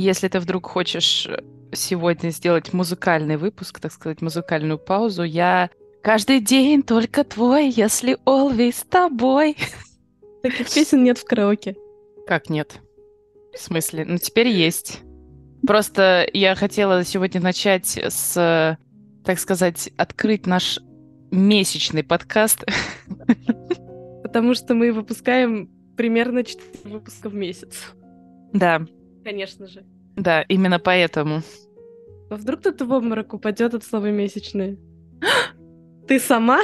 Если ты вдруг хочешь сегодня сделать музыкальный выпуск, так сказать, музыкальную паузу, я каждый день только твой, если always с тобой. Таких песен нет в караоке. Как нет? В смысле? Ну, теперь есть. Просто я хотела сегодня начать с, так сказать, открыть наш месячный подкаст. Потому что мы выпускаем примерно 4 выпуска в месяц. Да, Конечно же. да, именно поэтому. А вдруг кто-то в обморок упадет от слова «месячные»? Ты сама?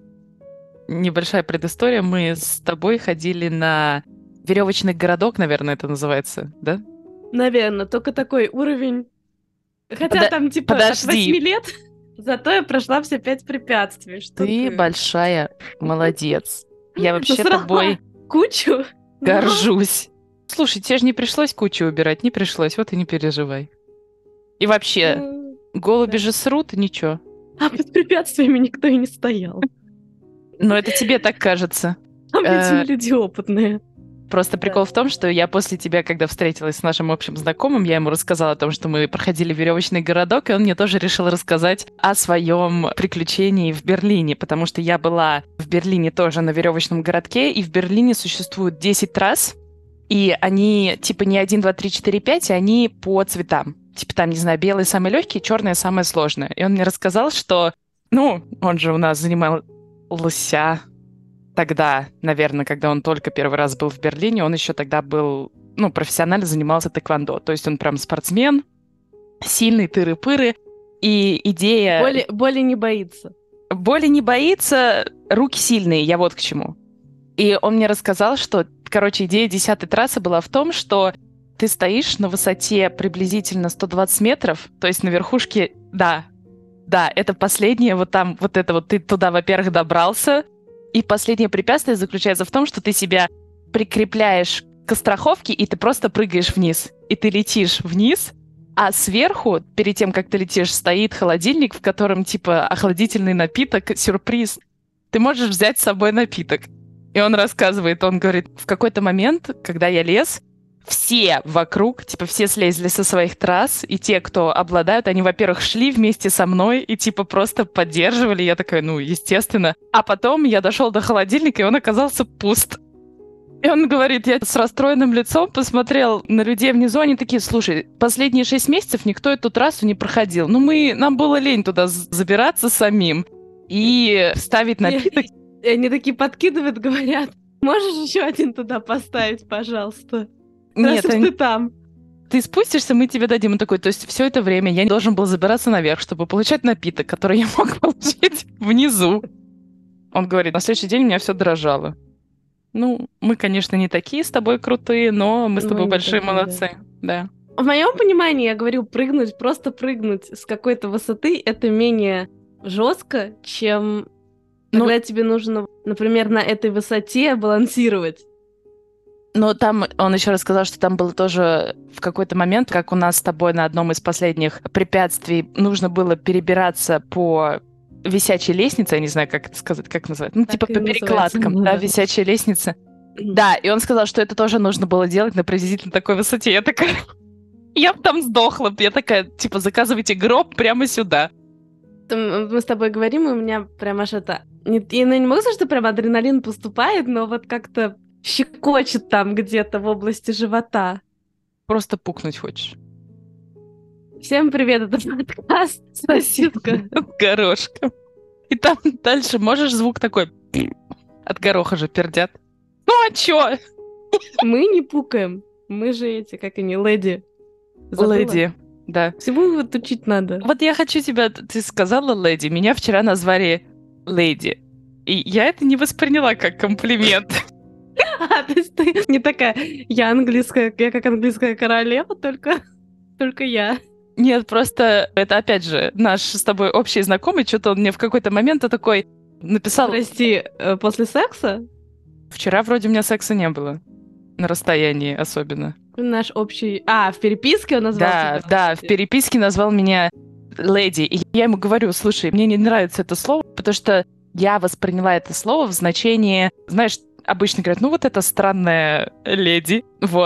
Небольшая предыстория. Мы с тобой ходили на веревочный городок, наверное, это называется, да? Наверное, только такой уровень. Хотя там типа от 8 лет, зато я прошла все 5 препятствий. Что Ты большая молодец. Я вообще тобой кучу. горжусь. Слушай, тебе же не пришлось кучу убирать, не пришлось, вот и не переживай. И вообще, голуби же срут, ничего. А под препятствиями никто и не стоял. Но это тебе так кажется. Там, видимо, люди опытные. Просто прикол в том, что я после тебя, когда встретилась с нашим общим знакомым, я ему рассказала о том, что мы проходили веревочный городок, и он мне тоже решил рассказать о своем приключении в Берлине, потому что я была в Берлине тоже на веревочном городке, и в Берлине существует 10 трасс, и они типа не 1, 2, 3, 4, 5, и они по цветам. Типа там, не знаю, белый самый легкий, черный самое сложное. И он мне рассказал, что, он же у нас занимался тогда, наверное, когда он только первый раз был в Берлине, он еще тогда был, профессионально занимался тэквондо. То есть он прям спортсмен, сильный, тыры-пыры. И идея... Боли не боится. Боли не боится, руки сильные, я вот к чему. И он мне рассказал, что, идея 10-й трассы была в том, что ты стоишь на высоте приблизительно 120 метров, то есть на верхушке, да, это последнее, вот там, вот это вот, ты туда, во-первых, добрался, и последнее препятствие заключается в том, что ты себя прикрепляешь к страховке, и ты просто прыгаешь вниз. И ты летишь вниз, а сверху, перед тем, как ты летишь, стоит холодильник, в котором, типа, охладительный напиток, сюрприз. Ты можешь взять с собой напиток. И он рассказывает, он говорит, в какой-то момент, когда я лез, все вокруг, типа, все слезли со своих трасс, и те, кто обладают, они, во-первых, шли вместе со мной и, типа, просто поддерживали. Я такая, естественно. А потом я дошел до холодильника, и он оказался пуст. И он говорит, я с расстроенным лицом посмотрел на людей внизу, они такие, слушай, последние 6 месяцев никто эту трассу не проходил. Нам было лень туда забираться самим и ставить напиток. И они такие подкидывают, говорят, можешь еще один туда поставить, пожалуйста? Нет, ты там. Ты спустишься, мы тебе дадим. Он такой, то есть все это время я должен был забираться наверх, чтобы получать напиток, который я мог получить внизу. Он говорит, на следующий день у меня все дрожало. Мы, конечно, не такие с тобой крутые, но мы с тобой большие молодцы. Да. В моем понимании, я говорю, просто прыгнуть с какой-то высоты, это менее жестко, чем когда тебе нужно, например, на этой высоте балансировать. Но там он еще рассказал, что там было тоже в какой-то момент, как у нас с тобой на одном из последних препятствий, нужно было перебираться по висячей лестнице, я не знаю, как это сказать, как назвать, типа по перекладкам, да, висячая лестница. Да, и он сказал, что это тоже нужно было делать на приблизительно такой высоте. Я такая, я бы там сдохла. Я такая, типа, заказывайте гроб прямо сюда. Мы с тобой говорим, и у меня прям аж это... Я не могу сказать, что прям адреналин поступает, но вот как-то щекочет там где-то в области живота. Просто пукнуть хочешь. Всем привет, это подкаст «Соседка с горошком». И там дальше можешь звук такой... От гороха же пердят. А чё? Мы не пукаем. Мы же эти, как они, леди. Леди, да. Всему вот учить надо. Вот я хочу тебя... Ты сказала леди. Меня вчера назвали леди. И я это не восприняла как комплимент. То есть ты не такая... Я как английская королева, только я. Нет, просто это, опять же, наш с тобой общий знакомый, что-то он мне в какой-то момент такой написал... Прости, после секса? Вчера вроде у меня секса не было. На расстоянии особенно. Наш общий... в переписке он назвал тебя? Да, в переписке назвал меня леди. И я ему говорю, слушай, мне не нравится это слово, потому что я восприняла это слово в значении... Знаешь, обычно говорят, вот это странная леди, вот.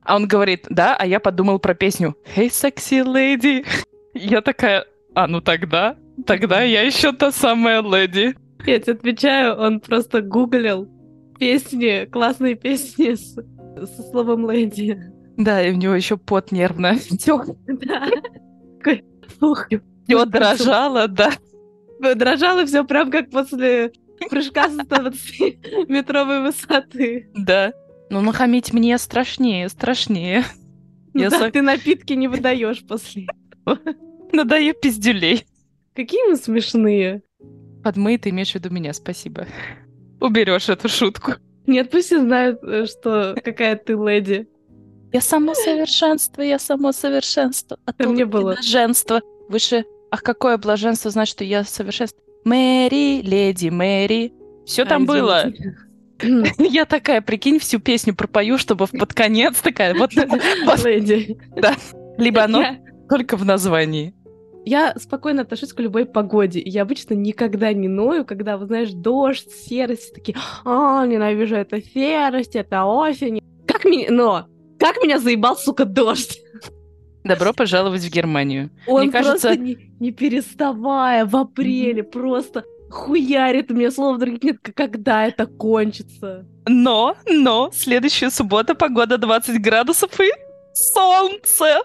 А он говорит, да, а я подумал про песню «Hey, sexy lady». Я такая, ну тогда я еще та самая леди. Я тебе отвечаю, он просто гуглил песни, классные песни со словом «леди». Да, и у него еще пот нервно. Да. Такой, фух. Все дрожало, да. Дрожало все прям как после прыжка с 120-метровой высоты. Да. Ну, нахамить мне страшнее. Ну да, ты напитки не выдаешь после этого. Надаю пиздюлей. Какие мы смешные. Подмый, ты имеешь в виду меня, спасибо. Уберешь эту шутку. Нет, пусть все знают, что какая ты леди. Я само совершенство. А Там то не было. блаженство. Выше. Ах, какое блаженство, значит, что я совершенство. Мэри, леди Мэри. Все там было. Я такая, прикинь, всю песню пропою, чтобы под конец такая вот... Леди. Да. Либо оно только в названии. Я спокойно отношусь к любой погоде. Я обычно никогда не ною, когда, вот знаешь, дождь, серость, такие, ненавижу эту серость, это осень. Как меня заебал, сука, дождь. Добро пожаловать в Германию. Он Мне кажется... просто не переставая в апреле просто хуярит мне, словно других нет, когда это кончится. Но, следующая суббота, погода 20 градусов и солнце.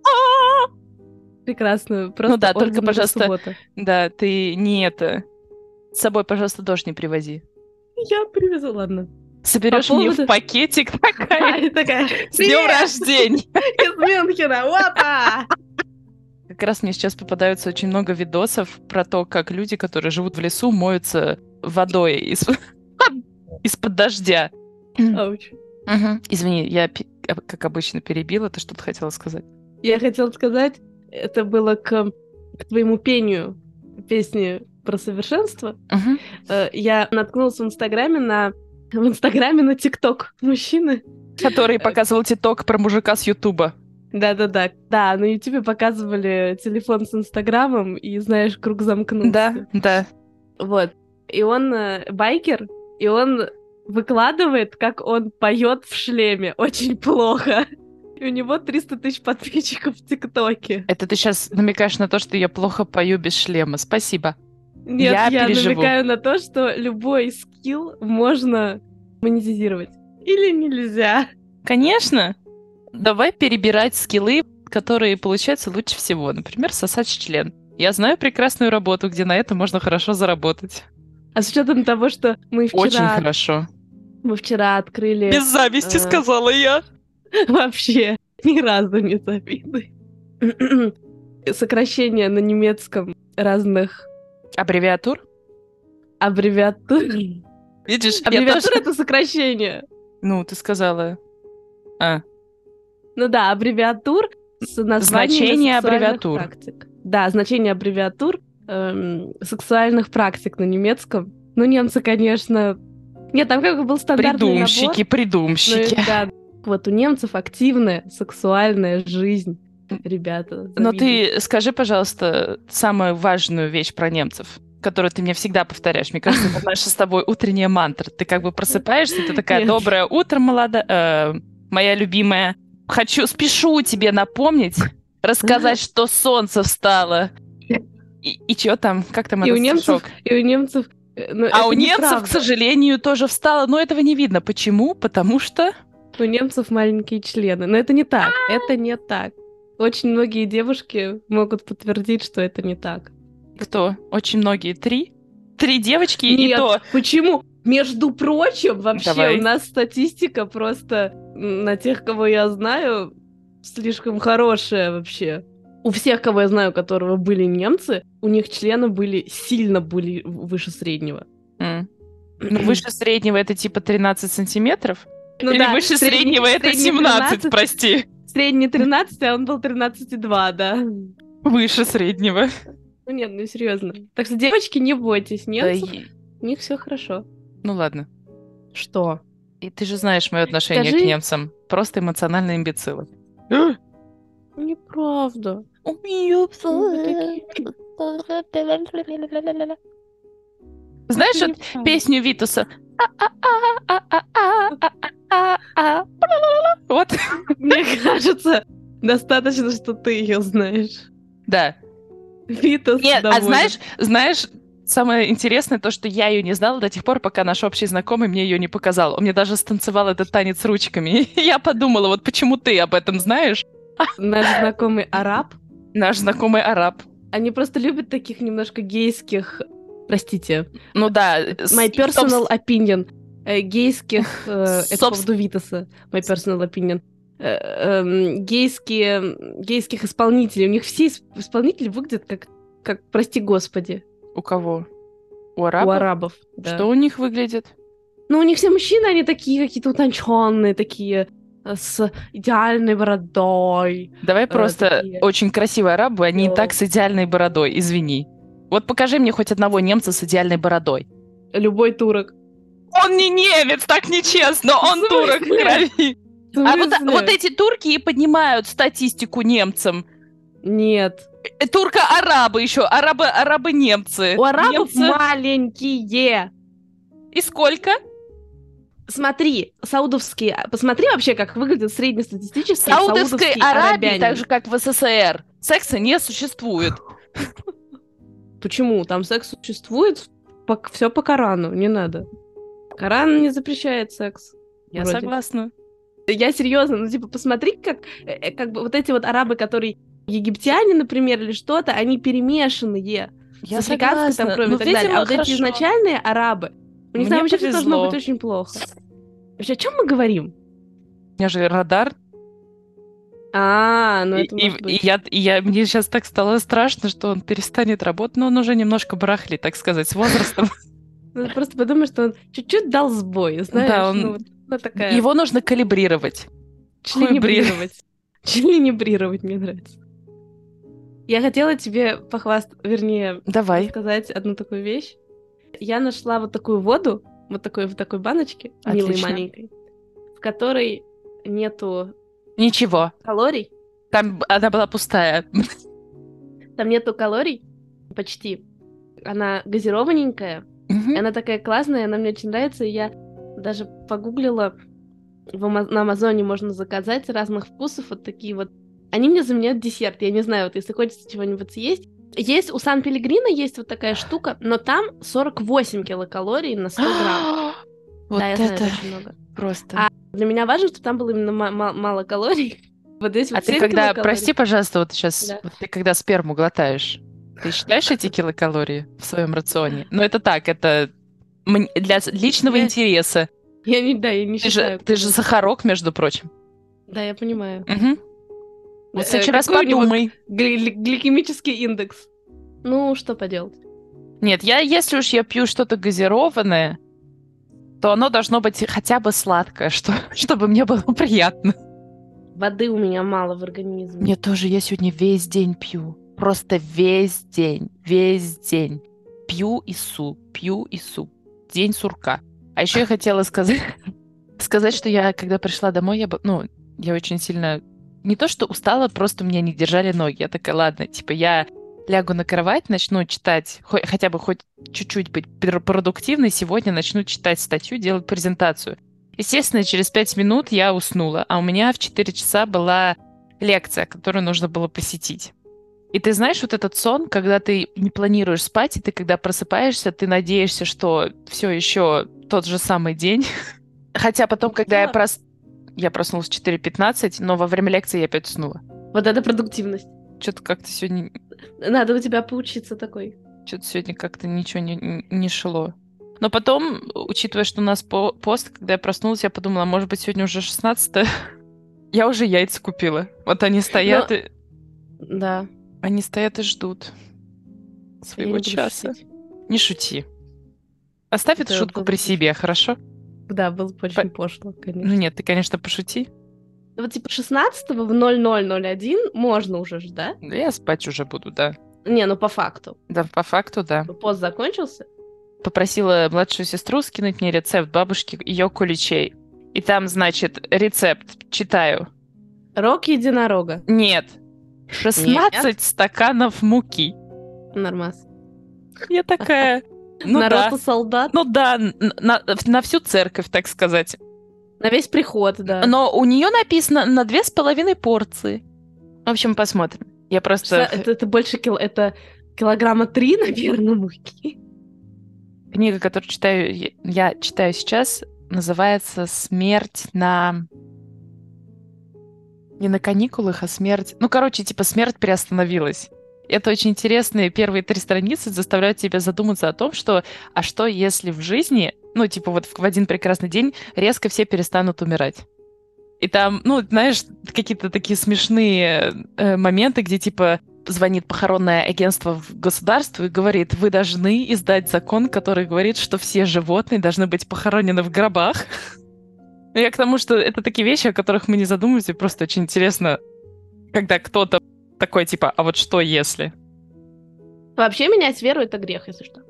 Прекрасно. Просто ну да, только, пожалуйста, суббота. Да, ты не это... С собой, пожалуйста, дождь не привози. Я привезу, ладно. Соберешь мне в пакетик такая. С днем рождения! Из Мюнхена, опа! Как раз мне сейчас попадаются очень много видосов про то, как люди, которые живут в лесу, моются водой из-под дождя. Ауч. Извини, я, как обычно, перебила. Ты что-то хотела сказать? Я хотела сказать, это было к твоему пению песни про совершенство. Я наткнулась в Инстаграме на ТикТок мужчины. Который показывал ТикТок про мужика с Ютуба. Да, на Ютубе показывали телефон с Инстаграмом, и, знаешь, круг замкнулся. Да. Вот. И он байкер, и он выкладывает, как он поет в шлеме. Очень плохо. И у него 300 тысяч подписчиков в ТикТоке. Это ты сейчас намекаешь на то, что я плохо пою без шлема. Спасибо. Нет, я намекаю на то, что любой скилл можно монетизировать. Или нельзя. Конечно. Давай перебирать скиллы, которые получаются лучше всего. Например, сосать член. Я знаю прекрасную работу, где на этом можно хорошо заработать. А с учетом того, что мы вчера... Очень хорошо. Мы вчера открыли... Без зависти, сказала я. Вообще, ни разу не завидуй. Сокращение на немецком разных... Аббревиатур? Аббревиатур. Видишь, аббревиатура — это сокращение. Ну, ты сказала... Ну да, аббревиатур с названием значение аббревиатур. Практик. Да, значение аббревиатур сексуальных практик на немецком. Ну, немцы, конечно... Нет, там как бы был стандартный набор. Придумщики. Ну, да. Вот у немцев активная сексуальная жизнь, ребята. Но ты скажи, пожалуйста, самую важную вещь про немцев, которую ты мне всегда повторяешь. Мне кажется, это наша с тобой утренняя мантра. Ты как бы просыпаешься, ты такая: доброе утро, моя любимая. Спешу тебе напомнить, рассказать, что солнце встало. И что там? Как там этот стишок? И у немцев... А у немцев, к сожалению, тоже встало, но этого не видно. Почему? Потому что... У немцев маленькие члены. Но это не так. Это не так. Очень многие девушки могут подтвердить, что это не так. Кто? Очень многие. 3? 3 девочки? Нет, и то... почему? Между прочим, вообще Давай. У нас статистика просто на тех, кого я знаю, слишком хорошая вообще. У всех, кого я знаю, которые были немцы, у них члены сильно были выше среднего. Ну, выше среднего это типа 13 сантиметров? Ну, или да, выше среднего это 17, 13, прости. Средний 13, а он был 13,2, да. Выше среднего. Ну нет, ну серьезно. Так что, девочки, не бойтесь, немцев, у них все хорошо. Ну ладно. Что? И ты же знаешь мое отношение к немцам. Просто эмоциональные имбецилы. Неправда. Знаешь вот песню Витуса? Вот. Мне кажется, достаточно, что ты ее знаешь. Да. Витас Нет, доволен. знаешь, самое интересное то, что я ее не знала до тех пор, пока наш общий знакомый мне ее не показал. Он мне даже станцевал этот танец ручками. И я подумала, вот почему ты об этом знаешь? Наш знакомый араб, Наш знакомый араб. они просто любят таких немножко гейских, простите, Ну да. my personal opinion, гейских, это по поводу Витаса, my personal opinion, гейских исполнителей. У них все исполнители выглядят как, прости господи, У кого? У у арабов? арабов. Да. Что у них выглядит? Ну, у них все мужчины, они такие какие-то утонченные, такие с идеальной бородой. Давай просто такие. очень красивые арабы, они и так с идеальной бородой, извини. Вот покажи мне хоть одного немца с идеальной бородой. Любой турок. Он не немец, так нечестно, он В турок в смысле? крови. В А смысле? вот эти турки и поднимают статистику немцам. Нет. Турка-арабы еще, арабы-немцы. У арабов Немцы. маленькие. И сколько? Смотри, саудовские... Посмотри вообще, как выглядят среднестатистические В Саудовской саудовские Аравии, арабяне. так же как в СССР, секса не существует. Почему? Там секс существует, все по Корану, не надо. Коран не запрещает секс. Я вроде. согласна. Я серьезно, ну типа посмотри, как бы вот эти вот арабы, которые египтяне, например, или что-то, они перемешанные Я с африканской там согласна. кровью Ну, и так далее. видимо, А вот эти хорошо. изначальные арабы, у них Мне там вообще все должно повезло. быть очень плохо. Вообще, о чем мы говорим? У меня же радар. Ну это может быть. Мне сейчас так стало страшно, что он перестанет работать, но он уже немножко барахлит, так сказать, с возрастом. Ну, просто подумай, что он чуть-чуть дал сбой, знаешь? Да, Ну, вот такая... Его нужно калибрировать. Членибрировать. Членибрировать мне нравится. Я хотела тебе вернее, Давай. сказать одну такую вещь. Я нашла вот такую воду, в такой баночке, милой Отлично. маленькой, в которой нету Ничего. калорий. Там она была пустая. Там нету калорий почти. Она газированненькая. И она такая классная, она мне очень нравится. И я даже погуглила. На Амазоне можно заказать разных вкусов. Вот такие вот. Они мне заменяют десерт. Я не знаю, вот если хочется чего-нибудь съесть. Есть у Сан-Пелегрино есть вот такая штука, но там 48 килокалорий на 100 грамм. Вот да, я знаю, это очень много. Просто. Для меня важно, чтобы там было именно мало калорий. Вот здесь вот 7 ты когда, килокалорий. прости, пожалуйста, вот сейчас, Да. вот ты когда сперму глотаешь, ты считаешь эти килокалории в своем рационе? Ну, это так, это для личного интереса. Я не считаю. Ты же сахарок, между прочим. Да, я понимаю. Угу. Вот в следующий раз Какой у него подумай. гликемический индекс. Ну, что поделать. Нет, если уж я пью что-то газированное, то оно должно быть хотя бы сладкое, чтобы мне было приятно. Воды у меня мало в организме. Мне тоже, я сегодня весь день пью. Просто весь день. Пью и су. День сурка. А еще я хотела сказать, что я, когда пришла домой, я очень сильно... Не то, что устала, просто меня не держали ноги. Я такая, ладно, типа я лягу на кровать, начну читать, хотя бы хоть чуть-чуть быть продуктивной, сегодня начну читать статью, делать презентацию. Естественно, через 5 минут я уснула, а у меня в 4 часа была лекция, которую нужно было посетить. И ты знаешь, вот этот сон, когда ты не планируешь спать, и ты когда просыпаешься, ты надеешься, что все еще тот же самый день. Хотя потом, когда я проснулась в 4:15, но во время лекции я опять уснула. Вот это продуктивность. Что-то как-то сегодня... Надо у тебя поучиться такой. Что-то сегодня как-то ничего не шло. Но потом, учитывая, что у нас пост, когда я проснулась, я подумала, может быть, сегодня уже 16-е. Я уже яйца купила. Вот они стоят и... Да. Они стоят и ждут своего часа. Не шути. Оставь эту шутку при себе, хорошо? Да, было бы очень пошло, конечно. Ну нет, ты, конечно, пошути. Вот типа 16-го в 00:01 можно уже же, да? Я спать уже буду, да. Не, ну по факту. Да, по факту, да. Пост закончился? Попросила младшую сестру скинуть мне рецепт бабушки ее куличей. И там, значит, рецепт. Читаю. Рог единорога. Нет. 16 стаканов муки. Нормас. Я такая... Ну Народ солдат. Ну да, на всю церковь, так сказать. На весь приход, да. Но у нее написано на 2,5 порции. В общем, посмотрим. Я просто... Это больше это килограмма 3, наверное, муки. Книга, которую я читаю сейчас, называется «Смерть на...» Не на каникулах, а смерть... Ну, короче, типа смерть приостановилась. Это очень интересные первые 3 страницы заставляют тебя задуматься о том, что... А что, если в жизни, ну, типа вот в один прекрасный день резко все перестанут умирать? И там, ну, знаешь, какие-то такие смешные моменты, где, типа, звонит похоронное агентство в государство и говорит, вы должны издать закон, который говорит, что все животные должны быть похоронены в гробах. Я к тому, что это такие вещи, о которых мы не задумываемся, просто очень интересно, когда кто-то такой, типа, а вот что если? Вообще менять веру — это грех, если что.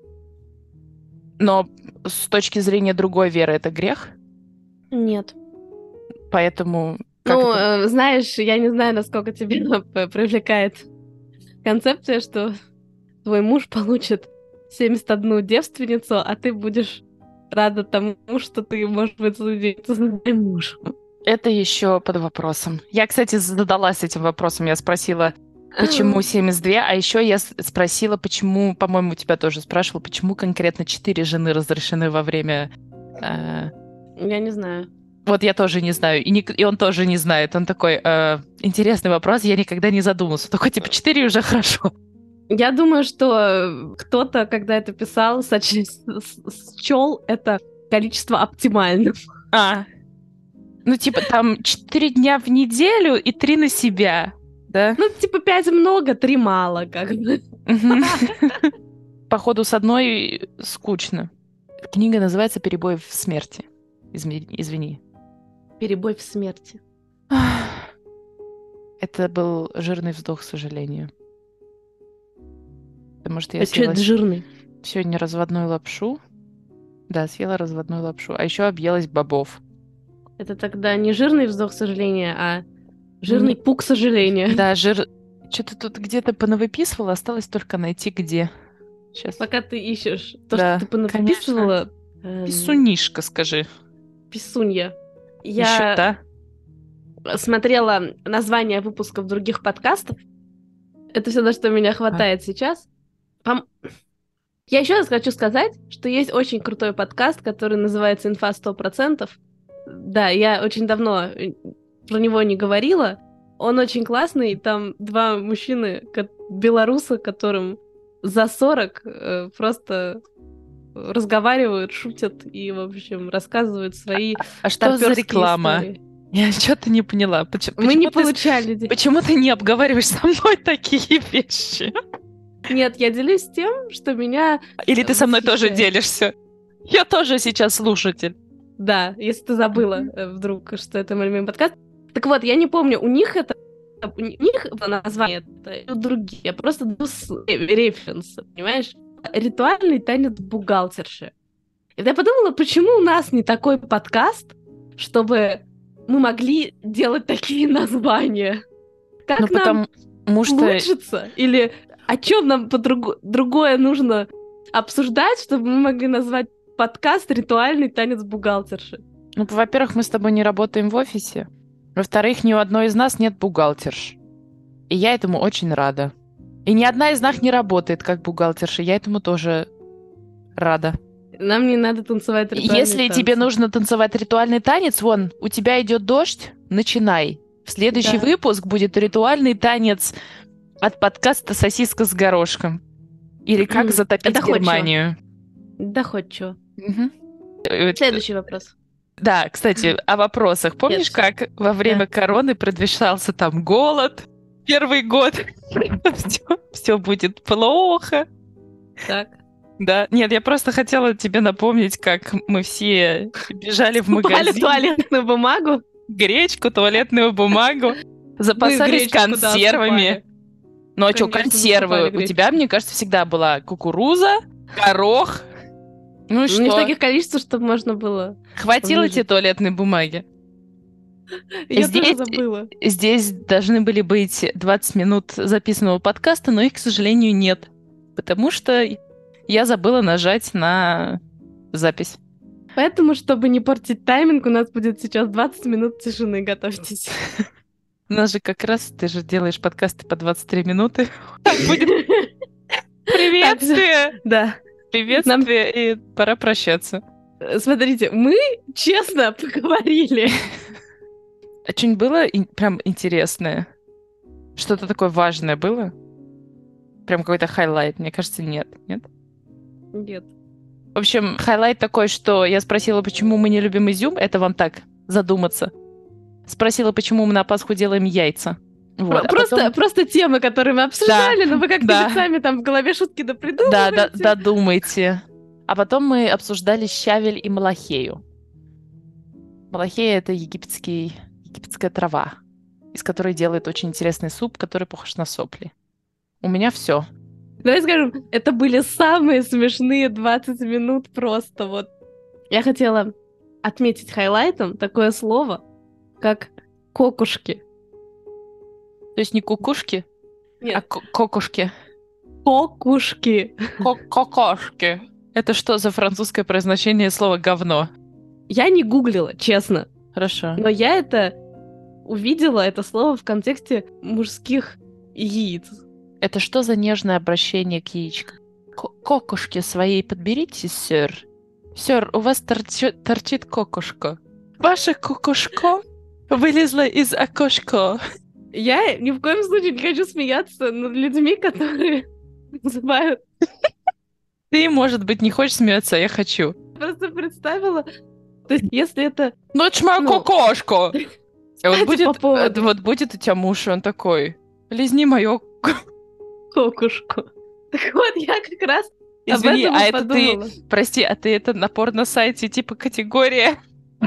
Но с точки зрения другой веры это грех? Нет. Поэтому... знаешь, я не знаю, насколько тебе привлекает концепция, что твой муж получит 71 девственницу, а ты будешь рада тому, что ты, может быть, судиться за своим мужем. Это еще под вопросом. Я, кстати, задалась этим вопросом. Я спросила, почему 72, а еще я спросила, почему, по-моему, тебя тоже спрашивал, почему конкретно 4 жены разрешены во время... Я не знаю. Вот я тоже не знаю, и он тоже не знает. Он такой, интересный вопрос, я никогда не задумался. Такой, типа, 4 уже хорошо. Я думаю, что кто-то, когда это писал, счел это количество оптимальным. Ну, типа, там 4 дня в неделю и 3 на себя, да? Ну, типа, 5 много, 3 мало, как бы. Походу, с одной скучно. Книга называется «Перебой в смерти». Извини. Перебой в смерти. Это был жирный вздох, к сожалению. Потому что я что это жирный? Сегодня разводную лапшу. Да, съела разводную лапшу. А еще объелась бобов. Это тогда не жирный вздох сожаления, а жирный пук сожаления. Да, Что-то тут где-то понавыписывала, осталось только найти где. Сейчас. Пока ты ищешь то, что ты понавыписывала... Писунишка, скажи. Писунья. Еще да. Смотрела названия выпусков других подкастов. Это все, на что меня хватает сейчас. Я еще раз хочу сказать, что есть очень крутой подкаст, который называется «Инфа 100%». Да, я очень давно про него не говорила. Он очень классный. Там 2 мужчины, белорусы, которым за 40, просто разговаривают, шутят и, в общем, рассказывают свои что за реклама? Истории. Я что-то не поняла. Мы не получали. Почему ты не обговариваешь со мной такие вещи? Нет, я делюсь тем, что меня... Или ты со мной тоже делишься? Я тоже сейчас слушатель. Да, если ты забыла вдруг, что это мой любимый подкаст. Так вот, я не помню, у них название это другие. Я просто референсы, понимаешь? Ритуальный танец бухгалтерши. И я подумала, почему у нас не такой подкаст, чтобы мы могли делать такие названия? Как нам улучшиться? Или о чем нам другое нужно обсуждать, чтобы мы могли назвать подкаст «Ритуальный танец бухгалтерши»? Ну, во-первых, мы с тобой не работаем в офисе. Во-вторых, ни у одной из нас нет бухгалтерш. И я этому очень рада. И ни одна из нас не работает как бухгалтерша. Я этому тоже рада. Нам не надо танцевать ритуальный танец. Если тебе нужно танцевать ритуальный танец, вон, у тебя идет дождь, начинай. В следующий выпуск будет ритуальный танец от подкаста «Сосиска с горошком». Или «Как затопить Германию». Да хоть чё. Следующий вопрос. Да, кстати, о вопросах. Помнишь, как во время короны предвещался там голод? Первый год. Все будет плохо. Так. Да. Нет, я просто хотела тебе напомнить, как мы все бежали в магазин. Покупали туалетную бумагу. Гречку, туалетную бумагу. Запасались консервами. Ну а что, консервы? У тебя, мне кажется, всегда была кукуруза, горох. Ну что? Не в таких количествах, чтобы можно было... Хватило тебе туалетной бумаги? Я тоже забыла. Здесь должны были быть 20 минут записанного подкаста, но их, к сожалению, нет. Потому что я забыла нажать на запись. Поэтому, чтобы не портить тайминг, у нас будет сейчас 20 минут тишины. Готовьтесь. У нас же как раз, ты же делаешь подкасты по 23 минуты. Там будет приветствие! Да. Приветствие, и пора прощаться. Смотрите, мы честно поговорили. А что-нибудь было прям интересное? Что-то такое важное было? Прям какой-то хайлайт? Мне кажется, нет. Нет? Нет. В общем, хайлайт такой, что я спросила, почему мы не любим изюм. Это вам так, задуматься. Спросила, почему мы на Пасху делаем яйца. Вот. Просто темы, которые мы обсуждали, но вы как-то сами там в голове шутки допридумываете. Да, додумайте. А потом мы обсуждали щавель и малахею. Малахея — это египетская трава, из которой делают очень интересный суп, который похож на сопли. У меня все. Давай скажем, это были самые смешные 20 минут просто вот. Я хотела отметить хайлайтом такое слово, как кокушки. То есть не кукушки, Нет. а кокушки. Кокушки. Кокошки. Это что за французское произношение слова «говно»? Я не гуглила, честно. Хорошо. Но я это увидела, это слово в контексте мужских яиц. Это что за нежное обращение к яичкам? Кокушки своей подберите, сэр. Сэр, у вас торчит кокушка. Ваше кокушко вылезло из окошка. Я ни в коем случае не хочу смеяться над людьми, которые называют... Ты, может быть, не хочешь смеяться, а я хочу. Просто представила... То есть, если это... Ну, это ж моя кокошка! Вот будет у тебя муж, и он такой: лизни мою кокушку. Так вот, я как раз извини, об этом подумала. Прости, а ты это на порно-сайте типа категория?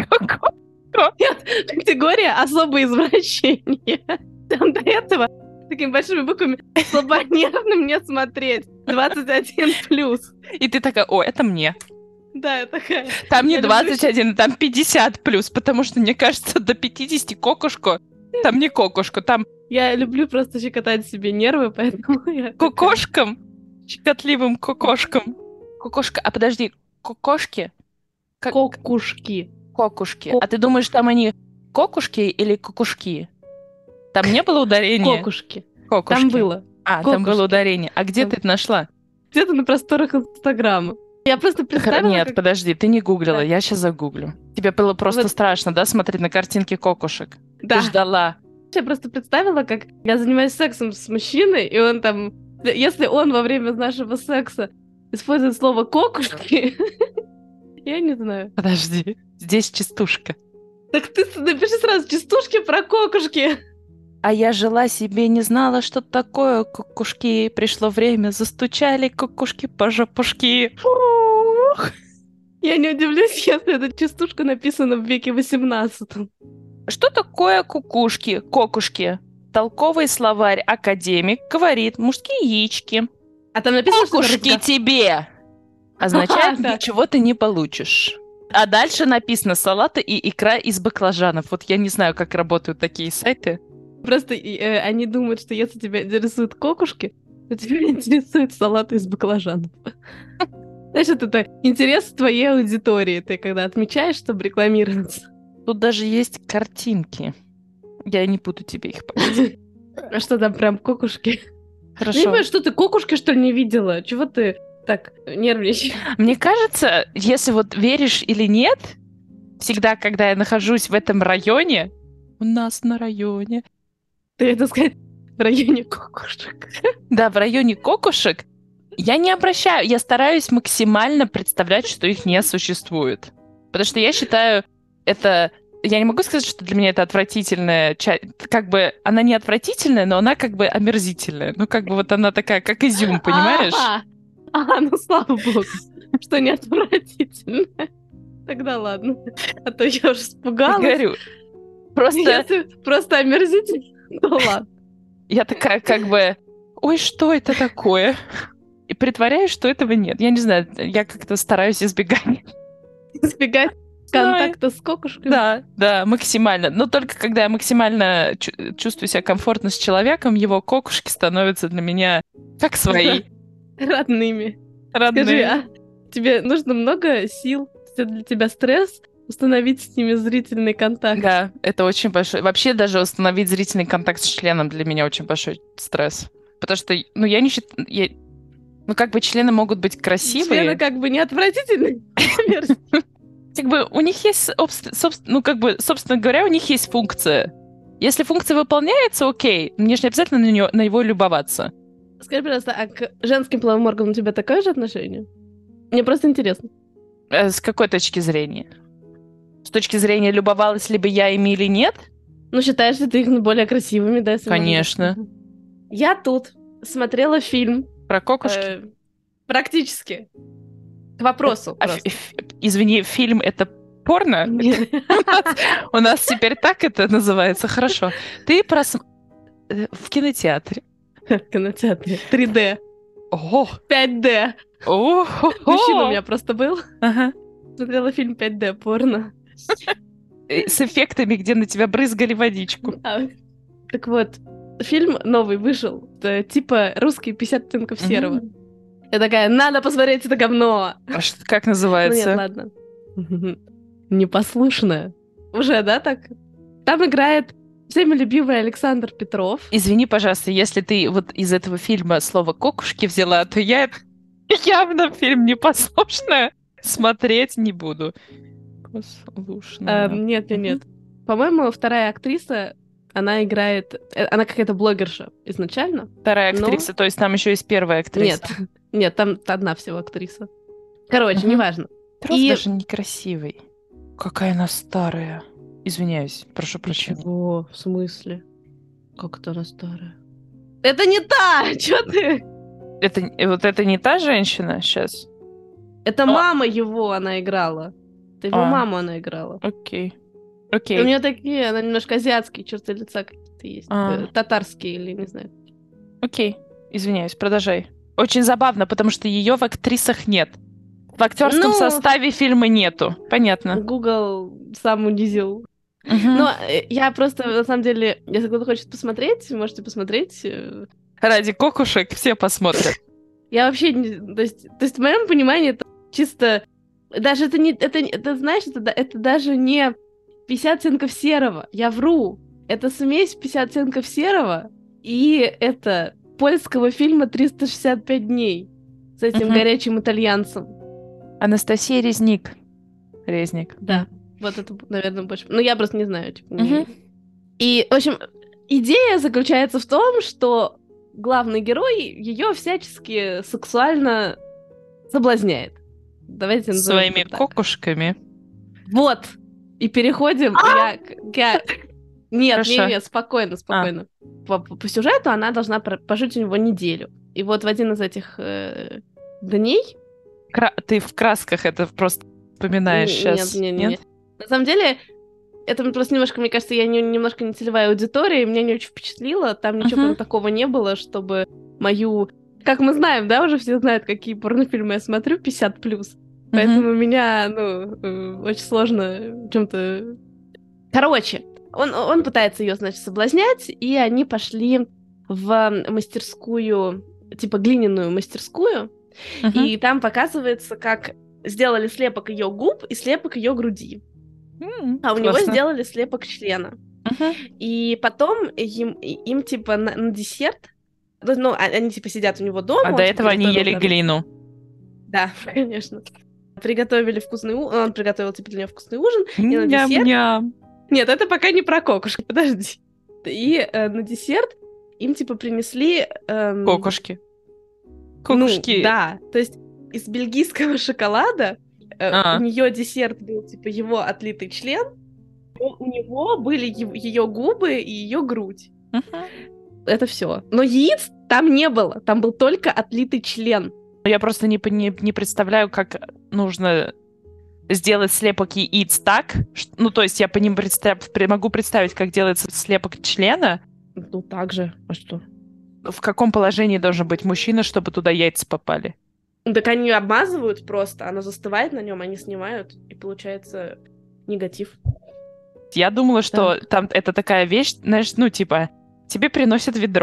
Нет, категория особое извращение. Там до этого такими большими буквами слабонервным не смотреть. 21+. И ты такая: о, это мне. Да, я такая. Там не 21, там 50+, потому что, мне кажется, до 50 кокушку. Там не кокушку, там... Я люблю просто щекотать себе нервы, поэтому я... Кокошкам? Щекотливым кокошкам. Кокошка... А подожди, кокошки? Кокушки. Кокушки. А ты думаешь, там они кокушки или кокушки? Там не было ударения? Кокушки. Кокушки. Там было. Там было ударение. А где ты это нашла? Где-то на просторах Инстаграма. Я просто представила... Нет, подожди, ты не гуглила, да. Я сейчас загуглю. Тебе было просто страшно, да, смотреть на картинки кокушек? Да. Ты ждала. Я просто представила, как я занимаюсь сексом с мужчиной, и он там... Если он во время нашего секса использует слово «кокушки», я не знаю. Подожди, здесь частушка. Так ты напиши сразу «частушки про кокушки». А я жила себе, не знала, что такое кукушки. Пришло время, застучали кукушки по жопушки. Я не удивлюсь, если эта частушка написана в веке 18. Что такое кукушки, кокушки? Толковый словарь «Академик» говорит: мужские яички. А там написано, кокушки тебе! Означает, ничего ты не получишь. А дальше написано: салаты и икра из баклажанов. Вот я не знаю, как работают такие сайты. Просто они думают, что если тебя интересуют кокушки, то тебя интересует салат из баклажанов. Знаешь, это интерес твоей аудитории. Ты когда отмечаешь, чтобы рекламироваться. Тут даже есть картинки. Я не буду тебе их показывать. А что там прям кокушки? Хорошо. Я не понимаю, что ты кокушки, что ли, не видела? Чего ты так нервничаешь? Мне кажется, если вот веришь или нет, всегда, когда я нахожусь в этом районе, у нас на районе... Ты это сказать в районе кокушек? Да, в районе кокушек я не обращаю, я стараюсь максимально представлять, что их не существует. Потому что я считаю, это... Я не могу сказать, что для меня это отвратительная часть. Как бы она не отвратительная, но она как бы омерзительная. Ну, как бы вот она такая, как изюм, понимаешь? Ну, слава богу, что не отвратительная. Тогда ладно. А то я уже испугалась. Я говорю, просто омерзительно, ну ладно. Я такая как бы: ой, что это такое? И притворяюсь, что этого нет. Я не знаю, я как-то стараюсь избегать. Избегать контакта с кокушкой? Да, максимально. Но только когда я максимально чувствую себя комфортно с человеком, его кокушки становятся для меня как свои. Родными. Скажи, а тебе нужно много сил это для тебя стресс установить с ними зрительный контакт. Да, это очень большой. Вообще даже установить зрительный контакт с членом для меня очень большой стресс. Потому что, ну, я не считаю... Ну, как бы члены могут быть красивые. Члены как бы не отвратительные. Как бы у них есть, ну, как бы, собственно говоря, у них есть функция. Если функция выполняется, окей, мне же не обязательно на него любоваться. Скажи, пожалуйста, а к женским половым органам у тебя такое же отношение? Мне просто интересно. С какой точки зрения? С точки зрения, любовалась ли бы я ими или нет? Ну, считаешь ли ты их более красивыми, да? Конечно. Я тут смотрела фильм. Про кокушки? Практически. К вопросу. Извини, фильм — это порно? У нас теперь так это называется. Хорошо. Ты в кинотеатре. В кинотеатре. 3D. Ого! 5D. Мужчина у меня просто был. Смотрела фильм 5D порно. С эффектами, где на тебя брызгали водичку. Так вот, фильм новый вышел. Типа русский 50 оттенков серого. Я такая, надо посмотреть это говно. А как называется? Ну нет, ладно. Непослушная. Уже, да, так? Там играет всеми любимый Александр Петров. Извини, пожалуйста, если ты вот из этого фильма слово «кокушки» взяла, то я явно фильм «Непослушная» смотреть не буду. Послушная. Нет. По-моему, вторая актриса, она играет... Она какая-то блогерша изначально. Вторая актриса, то есть там еще есть первая актриса? Нет, там одна всего актриса. Короче, неважно. Петров даже некрасивый. Какая она старая. Извиняюсь, прошу прощения. Чего? В смысле? Как это она старая? Это не та! Чё ты? Это не та женщина сейчас? Это мама его она играла. Это его маму она играла. Окей. У нее такие, она немножко азиатские черты лица какие-то есть. Татарские или не знаю. Окей. Извиняюсь, продолжай. Очень забавно, потому что ее в актрисах нет. В актерском составе фильма нету. Понятно. Google сам унизил. Но я просто, на самом деле, если кто-то хочет посмотреть, можете посмотреть. Ради кокушек все посмотрят. Я вообще не... То есть в моем понимании это чисто... Даже это не... Это знаешь, это даже не 50 оттенков серого. Я вру. Это смесь 50 оттенков серого и это польского фильма «365 дней» с этим горячим итальянцем. Анастасия Резник. Резник. Да. Вот это, наверное, больше... Ну, я просто не знаю. Типа, И, в общем, идея заключается в том, что главный герой ее всячески сексуально соблазняет. Давайте назовем своими кокушками. Вот. И переходим. Нет, спокойно. По сюжету она должна пожить у него неделю. И вот в один из этих дней... Ты в красках это просто вспоминаешь сейчас. Нет. На самом деле, это просто немножко, мне кажется, я немножко не целевая аудитория, и меня не очень впечатлило. Там ничего такого не было, чтобы мою... Как мы знаем, да, уже все знают, какие порнофильмы я смотрю, 50+. Поэтому меня, очень сложно в чем-то... Короче, он пытается ее, значит, соблазнять, и они пошли в мастерскую, типа глиняную мастерскую, и там показывается, как сделали слепок ее губ и слепок ее груди. А у него сделали слепок члена. И потом им типа на десерт, ну, они типа сидят у него дома. А до этого они ели глину. Да, конечно. Приготовили вкусный ужин, он приготовил типа для нее вкусный ужин. И на десерт... Нет, это пока не про кокушки, подожди. И на десерт им типа принесли... Кокушки. Ну, да, то есть из бельгийского шоколада у нее десерт был, типа, его отлитый член, у него были ее губы и ее грудь. Это все. Но яиц там не было, там был только отлитый член. Я просто не представляю, как нужно сделать слепок яиц так. Ну, то есть я могу представить, как делается слепок члена. Ну, так же. А что? В каком положении должен быть мужчина, чтобы туда яйца попали? Так они обмазывают просто, оно застывает на нем, они снимают, и получается негатив. Я думала, что там это такая вещь, знаешь, ну, типа, тебе приносят ведро,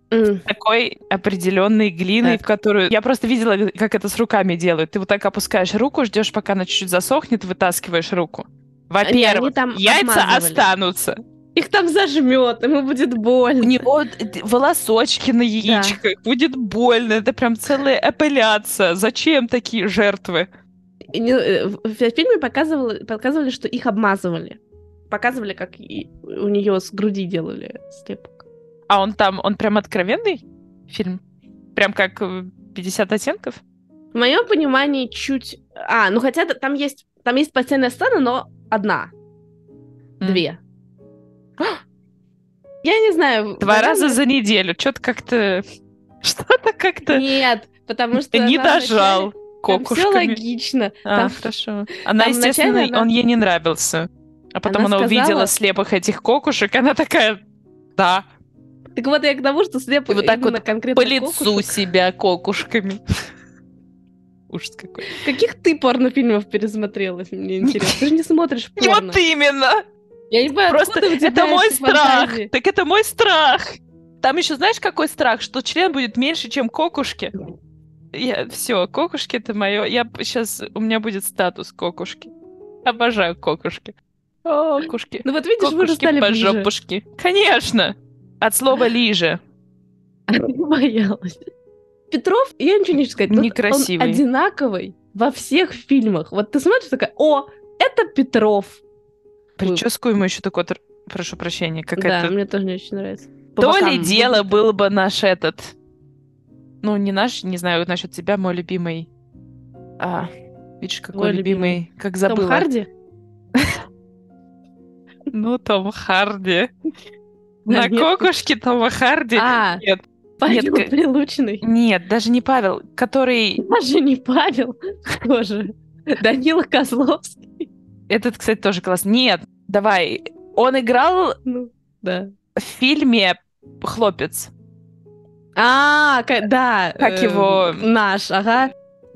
такой определенной глиной, Так. в которую... Я просто видела, как это с руками делают. Ты вот так опускаешь руку, ждешь, пока она чуть-чуть засохнет, вытаскиваешь руку. Не, они Во-первых, там яйца обмазывали. останутся. Их там зажмет, ему будет У больно. него волосочки на яичках, будет больно. Это прям целая эпиляция. Зачем такие жертвы? В фильме показывали, что их обмазывали. Показывали, как у нее с груди делали слепок. А он прям откровенный фильм? Прям как 50 оттенков? В моем понимании чуть... ну хотя там есть постельная сцена, но одна. Две. Я не знаю. 2 раза за неделю. Что-то как-то... Нет, потому что не дожал там кокушками. все логично. Там... Хорошо. Она, там естественно, он ей не нравился. А потом она увидела слепых этих кокушек, она такая, да. Так вот я к тому, что слепых и вот так вот конкретно по лицу себя кокушками. Ужас какой. Каких ты порнофильмов пересмотрела, мне интересно? Ты же не смотришь порно. Вот именно! Я не понимаю, просто это мой страх. Так это мой страх. Там еще знаешь, какой страх? Что член будет меньше, чем кокушки. Все, кокушки это мое. У меня будет статус кокушки. Обожаю кокушки. Кокушки. Ну вот видишь, вы уже стали ближе. Пожопушки. Конечно. От слова лиже. Не боялась. Петров, я ничего не хочу сказать. Некрасивый. Он одинаковый во всех фильмах. Вот ты смотришь, такая, это Петров. Прическу ему еще такой, прошу прощения, какая-то... Да, мне тоже не очень нравится. То ли дело был бы наш этот... Ну, не наш, не знаю, насчет тебя, мой любимый... видишь, какой любимый, как забыла. Том Харди? Ну, Том Харди. На кокушке Тома Харди. Нет. Павел Прилучный. Нет, даже не Павел, который... Даже не Павел. Тоже. Данила Козловский. Этот, кстати, тоже класс. Нет, давай. Он играл в фильме «Хлопец». Да. Как его... Наш, ага.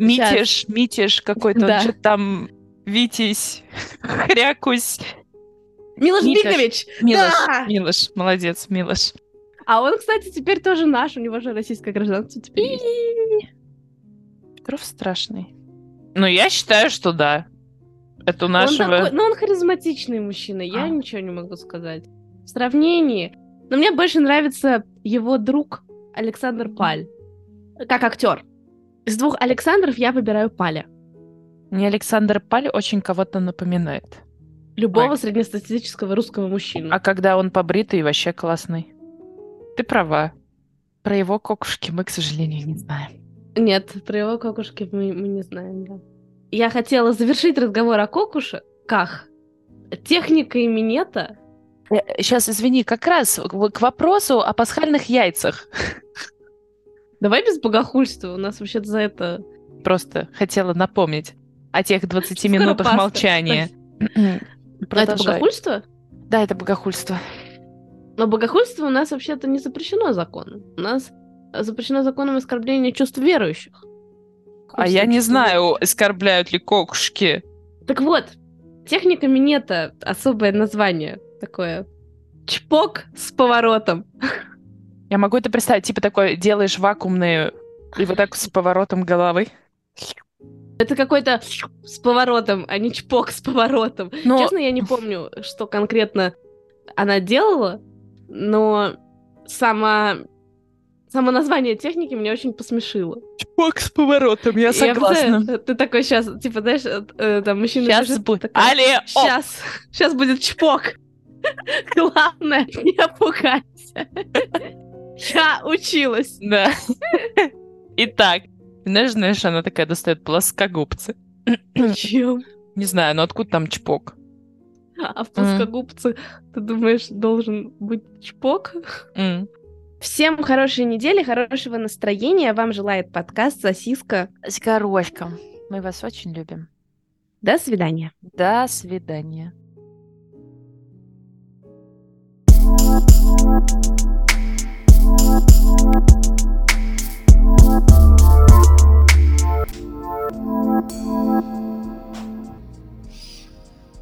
Митиш какой-то. Он что-то там... Витязь, Хрякусь. Милош Бикович! Милош, молодец, Милош. А он, кстати, теперь тоже наш. У него же российское гражданство теперь есть. Петров страшный. Ну, я считаю, что да. Это у нашего... Он харизматичный мужчина, я ничего не могу сказать. В сравнении... Но мне больше нравится его друг Александр Паль. Как актер. Из 2 Александров я выбираю Паля. Мне Александр Паль очень кого-то напоминает. Любого среднестатистического русского мужчину. А когда он побритый, вообще классный. Ты права. Про его кокушки мы, к сожалению, не знаем. Нет, про его кокушки мы не знаем, да. Я хотела завершить разговор о кокушках. Техника и минета. Сейчас, извини, как раз к вопросу о пасхальных яйцах. Давай без богохульства, у нас вообще-то за это... Просто хотела напомнить о тех 20 минутах молчания. Это богохульство? Да, это богохульство. Но богохульство у нас вообще-то не запрещено законом. У нас запрещено законом оскорбление чувств верующих. А я не знаю, оскорбляют ли кокушки. Так вот, техника минета, особое название такое. Чпок с поворотом. Я могу это представить, типа такой, делаешь вакуумные и вот так с поворотом головы. Это какой-то с поворотом, а не чпок с поворотом. Честно, я не помню, что конкретно она делала, но само название техники меня очень посмешило. Чпок с поворотом, я согласна. Ты такой сейчас, типа, знаешь, там мужчина... Сейчас будет. Сейчас будет чпок. Главное, не опугайся. Я училась. Да. Итак, знаешь, она такая достает плоскогубцы. Зачем? Не знаю, но откуда там чпок? А в плоскогубце, ты думаешь, должен быть чпок? Всем хорошей недели, хорошего настроения. Вам желает подкаст «Сосиска с горошком». Мы вас очень любим. До свидания. До свидания.